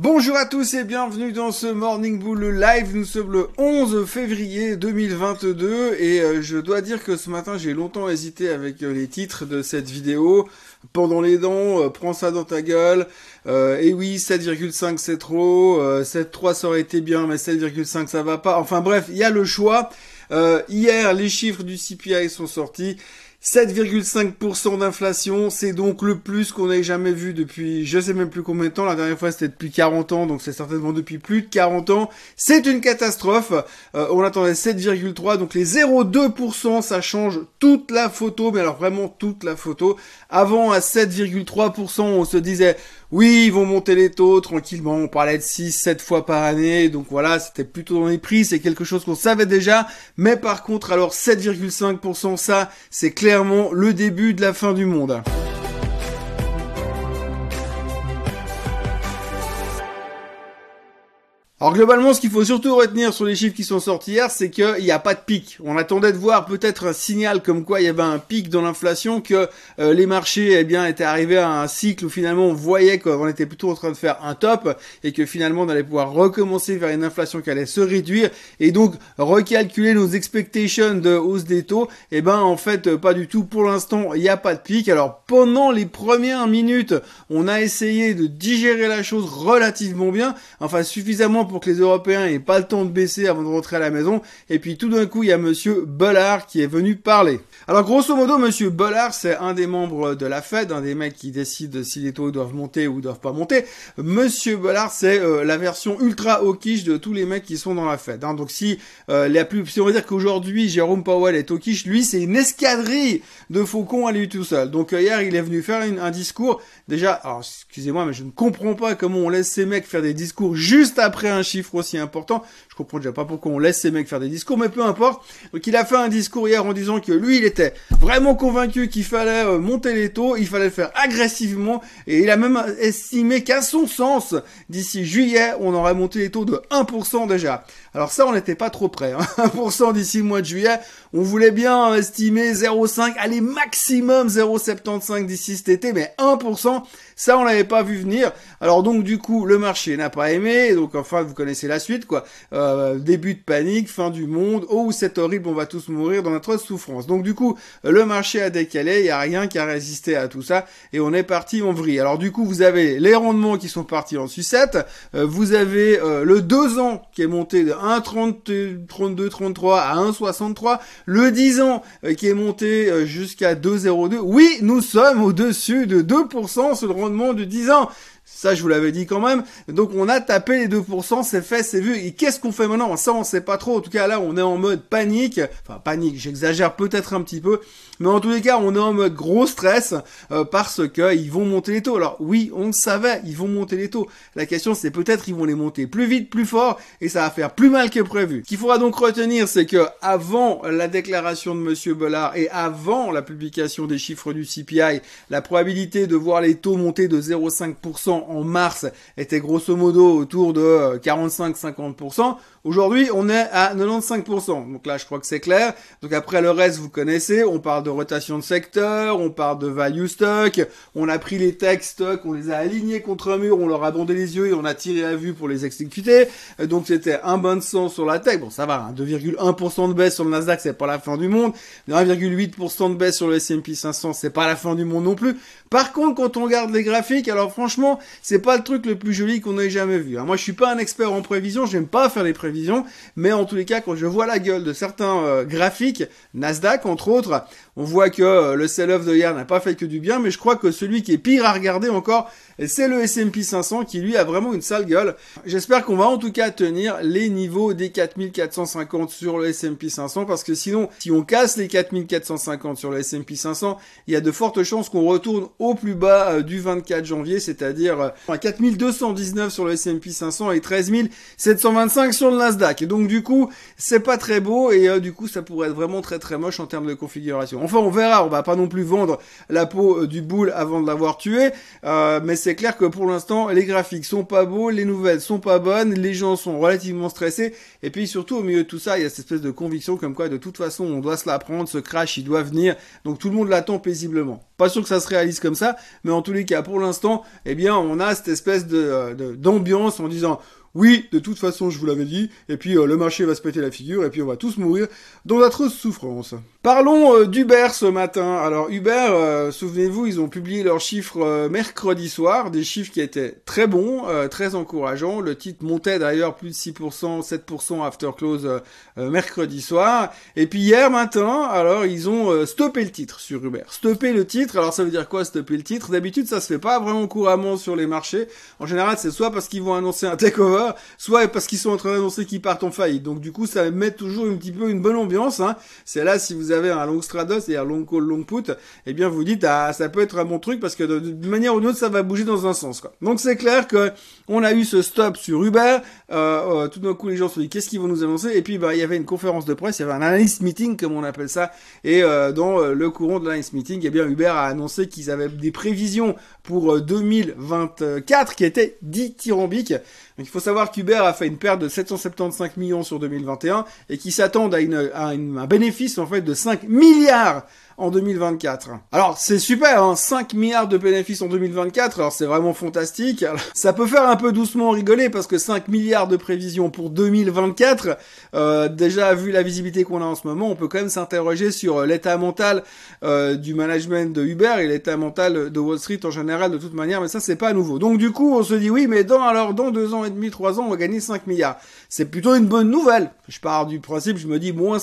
Bonjour à tous et bienvenue dans ce Morning Bull Live. Nous sommes le 11 février 2022 et je dois dire que ce matin j'ai longtemps hésité avec les titres de cette vidéo. Pendant les dents, prends ça dans ta gueule. Et oui, 7,5 c'est trop, 7,3 ça aurait été bien, mais 7,5 ça va pas. Enfin bref, il y a le choix. Hier, les chiffres du CPI sont sortis. 7,5% d'inflation, c'est donc le plus qu'on ait jamais vu depuis je sais même plus combien de temps. La dernière fois c'était depuis 40 ans, donc c'est certainement depuis plus de 40 ans. C'est une catastrophe. On attendait 7,3, donc les 0,2%, ça change toute la photo, mais alors vraiment toute la photo. Avant, à 7,3%, on se disait oui, ils vont monter les taux tranquillement, on parlait de 6, 7 fois par année, donc voilà, c'était plutôt dans les prix, c'est quelque chose qu'on savait déjà, mais par contre, alors 7,5%, ça, c'est clairement le début de la fin du monde. Alors globalement, ce qu'il faut surtout retenir sur les chiffres qui sont sortis hier, c'est qu'il n'y a pas de pic. On attendait de voir peut-être un signal comme quoi il y avait un pic dans l'inflation, que les marchés étaient arrivés à un cycle où finalement on voyait qu'on était plutôt en train de faire un top et que finalement on allait pouvoir recommencer vers une inflation qui allait se réduire et donc recalculer nos expectations de hausse des taux. Et en fait pas du tout. Pour l'instant, il n'y a pas de pic. Alors pendant les premières minutes, on a essayé de digérer la chose relativement bien, enfin suffisamment pour que les Européens aient pas le temps de baisser avant de rentrer à la maison. Et puis tout d'un coup, il y a monsieur Bullard qui est venu parler. Alors grosso modo, monsieur Bullard, c'est un des membres de la Fed, un des mecs qui décide si les taux doivent monter ou doivent pas monter. Monsieur Bullard, c'est la version ultra hawkish de tous les mecs qui sont dans la Fed. Donc si on va dire qu'aujourd'hui Jérôme Powell est hawkish, lui c'est une escadrille de faucons à lui tout seul. Donc hier, il est venu faire un discours. Déjà, alors excusez-moi, mais je ne comprends pas comment on laisse ces mecs faire des discours juste après un chiffre aussi important. Je comprends déjà pas pourquoi on laisse ces mecs faire des discours, mais peu importe. Donc il a fait un discours hier en disant que lui, il était vraiment convaincu qu'il fallait monter les taux, il fallait le faire agressivement, et il a même estimé qu'à son sens, d'ici juillet, on aurait monté les taux de 1% déjà. Alors ça, on n'était pas trop près. 1% d'ici le mois de juillet, on voulait bien estimer 0,5, allez maximum 0,75 d'ici cet été, mais 1%, ça on l'avait pas vu venir. Alors donc du coup, le marché n'a pas aimé, et donc enfin vous connaissez la suite quoi. Début de panique, fin du monde, oh c'est horrible, on va tous mourir dans notre souffrance. Donc du coup, le marché a décalé, il y a rien qui a résisté à tout ça, et on est parti en vrille. Alors du coup, vous avez les rendements qui sont partis en sucette, vous avez le 2 ans qui est monté de 1,30, 32, 33 à 1,63, le 10 ans qui est monté jusqu'à 2,02. Oui, nous sommes au-dessus de 2% sur le rendement du 10 ans. Ça, je vous l'avais dit quand même. Donc, on a tapé les 2%, c'est fait, c'est vu. Et qu'est-ce qu'on fait maintenant? Ça, on sait pas trop. En tout cas, là, on est en mode panique. Enfin, panique, j'exagère peut-être un petit peu. Mais en tous les cas, on est en mode gros stress parce que ils vont monter les taux. Alors, oui, on le savait, ils vont monter les taux. La question, c'est peut-être ils vont les monter plus vite, plus fort, et ça va faire plus mal que prévu. Ce qu'il faudra donc retenir, c'est que avant la déclaration de monsieur Bullard et avant la publication des chiffres du CPI, la probabilité de voir les taux monter de 0,5% en mars était grosso modo autour de 45-50%. Aujourd'hui, on est à 95%. Donc là, je crois que c'est clair. Donc après, le reste, vous connaissez. On parle de rotation de secteur, on parle de value stock, on a pris les tech stocks, on les a alignés contre un mur, on leur a bandé les yeux et on a tiré à vue pour les exécuter. Donc c'était un bain de sang sur la tech. Bon, ça va, 2,1% de baisse sur le Nasdaq, c'est pas la fin du monde. 1,8% de baisse sur le S&P 500, c'est pas la fin du monde non plus. Par contre, quand on regarde les graphiques, alors franchement, c'est pas le truc le plus joli qu'on ait jamais vu. Moi, je suis pas un expert en prévision, j'aime pas faire les prévisions, mais en tous les cas, quand je vois la gueule de certains graphiques, Nasdaq entre autres, on voit que le sell-off de hier n'a pas fait que du bien, mais je crois que celui qui est pire à regarder encore, c'est le S&P 500 qui lui a vraiment une sale gueule. J'espère qu'on va en tout cas tenir les niveaux des 4450 sur le S&P 500 parce que sinon, si on casse les 4450 sur le S&P 500, il y a de fortes chances qu'on retourne au plus bas du 24 janvier, c'est-à-dire à 4219 sur le S&P 500 et 13725 sur le Nasdaq. Et donc du coup, c'est pas très beau et du coup, ça pourrait être vraiment très très moche en termes de configuration. Enfin, on verra, on va pas non plus vendre la peau du boule avant de l'avoir tué, mais c'est clair que pour l'instant, les graphiques sont pas beaux, les nouvelles sont pas bonnes, les gens sont relativement stressés, et puis surtout au milieu de tout ça, il y a cette espèce de conviction comme quoi de toute façon on doit se la prendre, ce crash il doit venir, donc tout le monde l'attend paisiblement. Pas sûr que ça se réalise comme ça, mais en tous les cas pour l'instant, eh bien on a cette espèce d'ambiance en disant oui, de toute façon, je vous l'avais dit, et puis le marché va se péter la figure, et puis on va tous mourir dans d'atroces souffrances. Parlons d'Uber ce matin. Alors Uber, souvenez-vous, ils ont publié leurs chiffres mercredi soir, des chiffres qui étaient très bons, très encourageants. Le titre montait d'ailleurs plus de 6%, 7% after close mercredi soir. Et puis hier matin, alors ils ont stoppé le titre sur Uber. Stopper le titre, alors ça veut dire quoi stopper le titre? D'habitude, ça se fait pas vraiment couramment sur les marchés. En général, c'est soit parce qu'ils vont annoncer un takeover, soit parce qu'ils sont en train d'annoncer qu'ils partent en faillite. Donc du coup, ça met toujours un petit peu une bonne ambiance, hein. C'est là, si vous avez un long straddle, c'est-à-dire long call, long put, eh bien vous dites, ah, ça peut être un bon truc parce que d'une manière ou d'une autre, ça va bouger dans un sens, quoi. Donc c'est clair que on a eu ce stop sur Uber, tout d'un coup les gens se sont dit, qu'est-ce qu'ils vont nous annoncer? Et puis il y avait une conférence de presse, il y avait un analyst meeting, comme on appelle ça, et dans le courant de l'analyst meeting, eh bien Uber a annoncé qu'ils avaient des prévisions pour 2024 qui étaient dithyrambiques. Donc il faut savoir qu'Uber a fait une perte de 775 millions sur 2021 et qu'ils s'attendent à un bénéfice en fait de 5 milliards en 2024. Alors c'est super, hein, 5 milliards de bénéfices en 2024, alors c'est vraiment fantastique. Alors, ça peut faire un peu doucement rigoler parce que 5 milliards de prévisions pour 2024, déjà vu la visibilité qu'on a en ce moment, on peut quand même s'interroger sur l'état mental du management de Uber et l'état mental de Wall Street en général de toute manière, mais ça c'est pas nouveau. Donc du coup on se dit oui, mais dans 2 ans et demi, 3 ans, on va gagner 5 milliards. C'est plutôt une bonne nouvelle. Je pars du principe, je me dis moins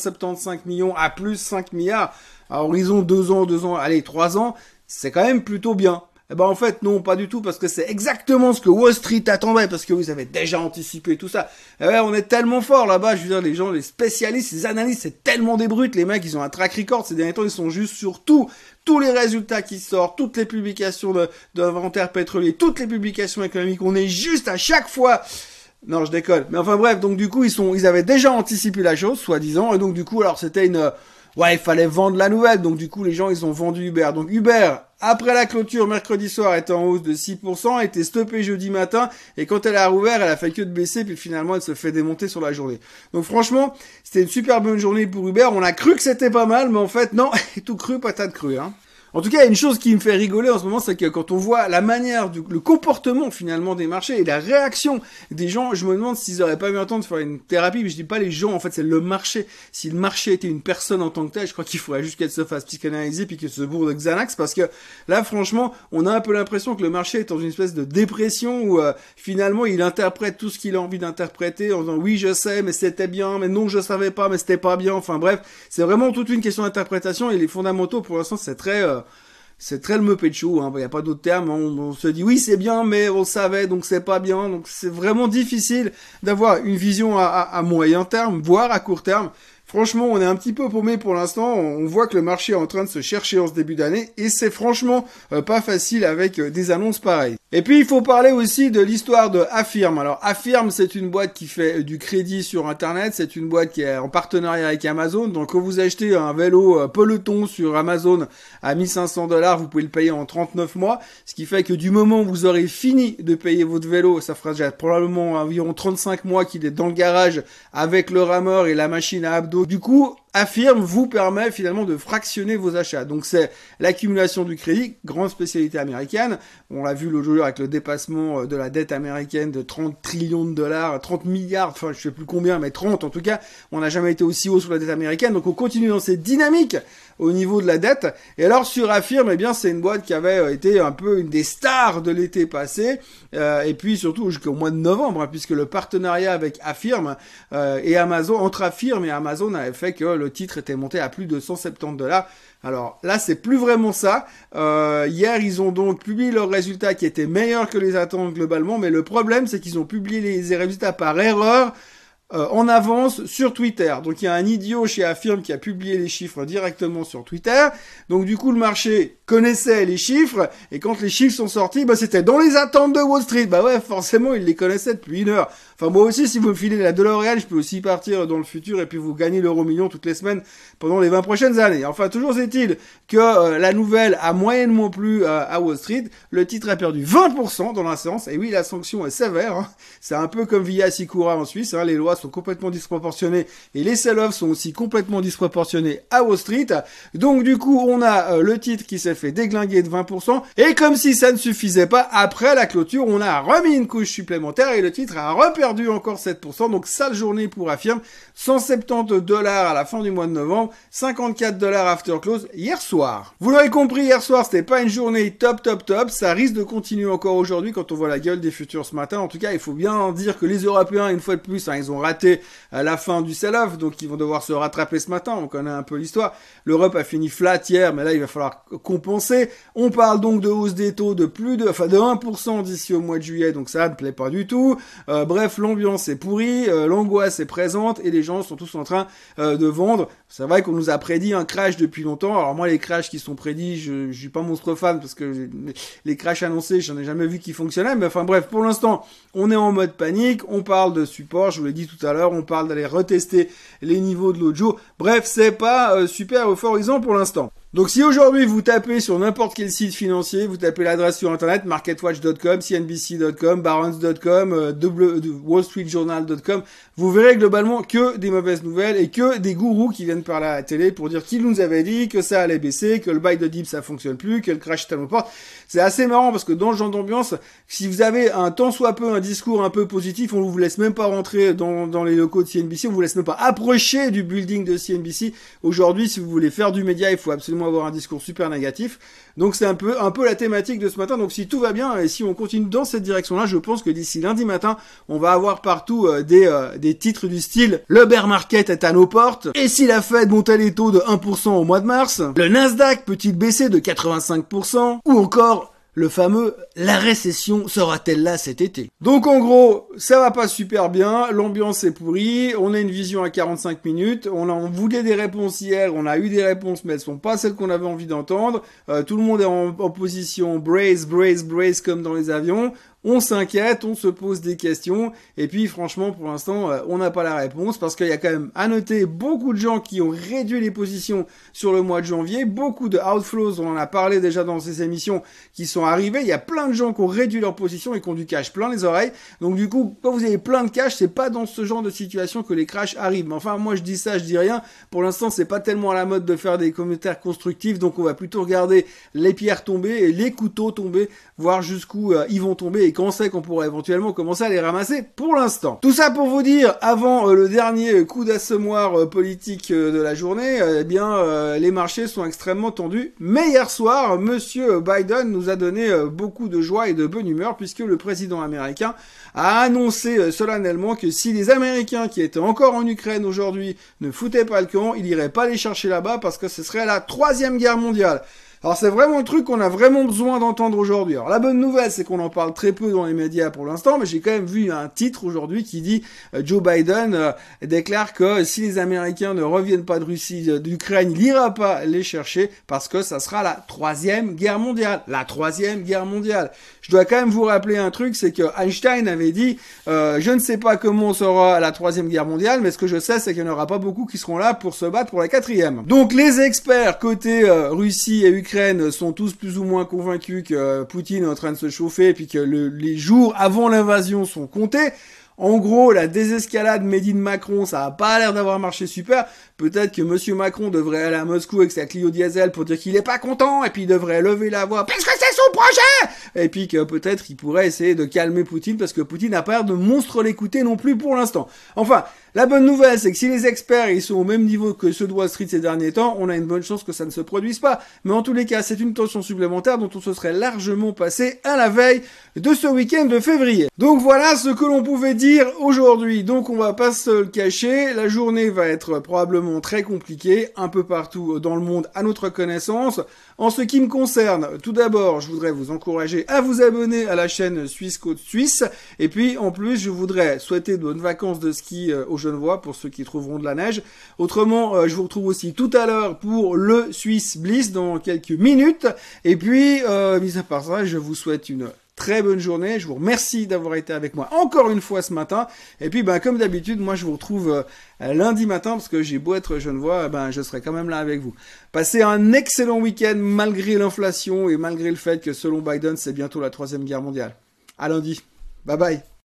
775 millions à plus 5 milliards. À horizon 2 ans, allez, 3 ans, c'est quand même plutôt bien. Eh ben en fait non, pas du tout, parce que c'est exactement ce que Wall Street attendait, parce que vous avez déjà anticipé tout ça. Eh ben, on est tellement fort là-bas, je veux dire, les gens, les spécialistes, les analystes, c'est tellement des brutes, les mecs, ils ont un track record, ces derniers temps, ils sont juste sur tous les résultats qui sortent, toutes les publications d'inventaire pétrolier, toutes les publications économiques, on est juste à chaque fois... Non, je déconne. Mais enfin bref, donc du coup, ils avaient déjà anticipé la chose, soi-disant, et donc du coup, alors c'était ouais, il fallait vendre la nouvelle, donc du coup, les gens, ils ont vendu Uber. Donc Uber, après la clôture mercredi soir, était en hausse de 6%, était stoppée jeudi matin, et quand elle a rouvert, elle a fait que de baisser, puis finalement, elle se fait démonter sur la journée. Donc franchement, c'était une super bonne journée pour Uber. On a cru que c'était pas mal, mais en fait, non, tout cru, patate crue, hein. En tout cas, une chose qui me fait rigoler en ce moment, c'est que quand on voit la manière, le comportement finalement des marchés et la réaction des gens, je me demande s'ils auraient pas eu le temps de faire une thérapie, mais je dis pas les gens, en fait c'est le marché. Si le marché était une personne en tant que telle, je crois qu'il faudrait juste qu'elle se fasse psychanalyser puis qu'elle se bourre de Xanax, parce que là franchement, on a un peu l'impression que le marché est dans une espèce de dépression où finalement il interprète tout ce qu'il a envie d'interpréter en disant oui je sais, mais c'était bien, mais non je savais pas, mais c'était pas bien, enfin bref, c'est vraiment toute une question d'interprétation et les fondamentaux pour l'instant c'est très le Muppet Show, hein. Il n'y a pas d'autre terme. On se dit oui c'est bien, mais on le savait, donc c'est pas bien. Donc c'est vraiment difficile d'avoir une vision à moyen terme, voire à court terme. Franchement, on est un petit peu paumé pour l'instant. On voit que le marché est en train de se chercher en ce début d'année et c'est franchement pas facile avec des annonces pareilles. Et puis, il faut parler aussi de l'histoire de Affirm. Alors, Affirm, c'est une boîte qui fait du crédit sur Internet. C'est une boîte qui est en partenariat avec Amazon. Donc, quand vous achetez un vélo Peloton sur Amazon à 1 500 $, vous pouvez le payer en 39 mois. Ce qui fait que du moment où vous aurez fini de payer votre vélo, ça fera déjà probablement environ 35 mois qu'il est dans le garage avec le rameur et la machine à abdos. Du coup, Affirm vous permet finalement de fractionner vos achats. Donc c'est l'accumulation du crédit, grande spécialité américaine. On l'a vu l'autre jour avec le dépassement de la dette américaine de 30 trillions de dollars, 30 milliards, enfin je sais plus combien, mais 30 en tout cas. On n'a jamais été aussi haut sur la dette américaine. Donc on continue dans cette dynamique au niveau de la dette. Et alors sur Affirm, eh bien c'est une boîte qui avait été un peu une des stars de l'été passé. Et puis surtout jusqu'au mois de novembre, hein, puisque le partenariat avec Affirm et Amazon, entre Affirm et Amazon avait fait que le titre était monté à plus de 170 $. Alors là, c'est plus vraiment ça. Hier, ils ont donc publié leurs résultats qui étaient meilleurs que les attentes globalement, mais le problème, c'est qu'ils ont publié les résultats par erreur en avance sur Twitter. Donc il y a un idiot chez Affirm qui a publié les chiffres directement sur Twitter. Donc du coup, le marché connaissait les chiffres, et quand les chiffres sont sortis, bah c'était dans les attentes de Wall Street. Bah ouais, forcément, il les connaissait depuis une heure. Enfin, moi aussi, si vous me filez la DeLorean, je peux aussi partir dans le futur et puis vous gagner l'euro-million toutes les semaines pendant les 20 prochaines années. Enfin, toujours est-il que la nouvelle a moyennement plu à Wall Street. Le titre a perdu 20% dans la séance. Et oui, la sanction est sévère. Hein. C'est un peu comme via Sikura en Suisse. Hein. Les lois sont complètement disproportionnées et les sell-offs sont aussi complètement disproportionnés à Wall Street. Donc, du coup, on a le titre qui s'est fait déglinguer de 20%. Et comme si ça ne suffisait pas, après la clôture, on a remis une couche supplémentaire et le titre a perdu encore 7%, donc sale journée pour Affirm, $170 à la fin du mois de novembre, $54 after close hier soir. Vous l'aurez compris, hier soir, c'était pas une journée top, ça risque de continuer encore aujourd'hui quand on voit la gueule des futurs ce matin. En tout cas, il faut bien dire que les Européens, une fois de plus, hein, ils ont raté la fin du sell-off, donc ils vont devoir se rattraper ce matin, on connaît un peu l'histoire. L'Europe a fini flat hier, mais là, il va falloir compenser. On parle donc de hausse des taux de de 1% d'ici au mois de juillet, donc ça ne plaît pas du tout. Bref, l'ambiance est pourrie, l'angoisse est présente et les gens sont tous en train de vendre. C'est vrai qu'on nous a prédit un crash depuis longtemps. Alors moi, les crashs qui sont prédits, je suis pas monstre fan parce que les crashs annoncés, j'en ai jamais vu qui fonctionnaient. Mais enfin bref, pour l'instant, on est en mode panique. On parle de support, je vous l'ai dit tout à l'heure. On parle d'aller retester les niveaux de l'autre jour. Bref, c'est pas super euphorisant pour l'instant. Donc si aujourd'hui vous tapez sur n'importe quel site financier, vous tapez l'adresse sur internet marketwatch.com, cnbc.com, barons.com, wallstreetjournal.com, vous verrez globalement que des mauvaises nouvelles et que des gourous qui viennent par la télé pour dire qu'ils nous avaient dit que ça allait baisser, que le buy de dip ça fonctionne plus, que le crash est à nos portes. C'est assez marrant parce que dans ce genre d'ambiance, si vous avez un tant soit peu un discours un peu positif, on vous laisse même pas rentrer dans les locaux de CNBC, on vous laisse même pas approcher du building de CNBC. Aujourd'hui, si vous voulez faire du média, il faut absolument avoir un discours super négatif. Donc c'est un peu la thématique de ce matin. Donc si tout va bien et si on continue dans cette direction-là, je pense que d'ici lundi matin, on va avoir partout des titres du style le bear market est à nos portes. Et si la Fed montait les taux de 1% au mois de mars, le Nasdaq peut-il baisser de 85% ou encore le fameux « la récession sera-t-elle là cet été ?» Donc en gros, ça va pas super bien, l'ambiance est pourrie, on a une vision à 45 minutes, on voulait des réponses hier, on a eu des réponses mais elles sont pas celles qu'on avait envie d'entendre, tout le monde est en position brace comme dans les avions. On s'inquiète, on se pose des questions, et puis franchement, pour l'instant, on n'a pas la réponse, parce qu'il y a quand même à noter beaucoup de gens qui ont réduit les positions sur le mois de janvier, beaucoup de outflows, on en a parlé déjà dans ces émissions, qui sont arrivés, il y a plein de gens qui ont réduit leur position et qui ont du cash plein les oreilles, donc du coup, quand vous avez plein de cash, c'est pas dans ce genre de situation que les crashs arrivent, mais enfin, moi je dis ça, je dis rien, pour l'instant, c'est pas tellement à la mode de faire des commentaires constructifs, donc on va plutôt regarder les pierres tomber et les couteaux tomber, voir jusqu'où ils vont tomber, et quand on sait qu'on pourrait éventuellement commencer à les ramasser pour l'instant. Tout ça pour vous dire, avant le dernier coup d'assommoir politique de la journée, eh bien les marchés sont extrêmement tendus. Mais hier soir, monsieur Biden nous a donné beaucoup de joie et de bonne humeur puisque le président américain a annoncé solennellement que si les Américains qui étaient encore en Ukraine aujourd'hui ne foutaient pas le camp, il irait pas les chercher là-bas parce que ce serait la 3e guerre mondiale. Alors c'est vraiment le truc qu'on a vraiment besoin d'entendre aujourd'hui. Alors la bonne nouvelle, c'est qu'on en parle très peu dans les médias pour l'instant, mais j'ai quand même vu un titre aujourd'hui qui dit Joe Biden déclare que si les Américains ne reviennent pas de Russie, d'Ukraine, il ira pas les chercher parce que ça sera la 3e guerre mondiale. La 3e guerre mondiale. Je dois quand même vous rappeler un truc, c'est que Einstein avait dit je ne sais pas comment sera la 3e guerre mondiale, mais ce que je sais, c'est qu'il n'y en aura pas beaucoup qui seront là pour se battre pour la 4e. Donc les experts côté Russie et Ukraine sont tous plus ou moins convaincus que Poutine est en train de se chauffer et puis que les jours avant l'invasion sont comptés. En gros, la désescalade made in Macron, ça a pas l'air d'avoir marché super. Peut-être que monsieur Macron devrait aller à Moscou avec sa Clio diesel pour dire qu'il est pas content et puis il devrait lever la voix parce que c'est son projet. Et puis que peut-être il pourrait essayer de calmer Poutine parce que Poutine n'a pas l'air de monstre l'écouter non plus pour l'instant. Enfin, la bonne nouvelle, c'est que si les experts ils sont au même niveau que ceux de Wall Street ces derniers temps, on a une bonne chance que ça ne se produise pas. Mais en tous les cas, c'est une tension supplémentaire dont on se serait largement passé à la veille de ce week-end de février. Donc voilà ce que l'on pouvait dire dire aujourd'hui? Donc on va pas se le cacher, la journée va être probablement très compliquée un peu partout dans le monde à notre connaissance. En ce qui me concerne, tout d'abord, je voudrais vous encourager à vous abonner à la chaîne Suisse Côte Suisse. Et puis en plus, je voudrais souhaiter de bonnes vacances de ski aux Genevois pour ceux qui trouveront de la neige. Autrement, je vous retrouve aussi tout à l'heure pour le Swiss Bliss dans quelques minutes. Et puis, mis à part ça, je vous souhaite une très bonne journée. Je vous remercie d'avoir été avec moi encore une fois ce matin. Et puis, comme d'habitude, moi, je vous retrouve lundi matin parce que j'ai beau être genevois, je serai quand même là avec vous. Passez un excellent week-end malgré l'inflation et malgré le fait que selon Biden, c'est bientôt la 3e guerre mondiale. À lundi. Bye bye.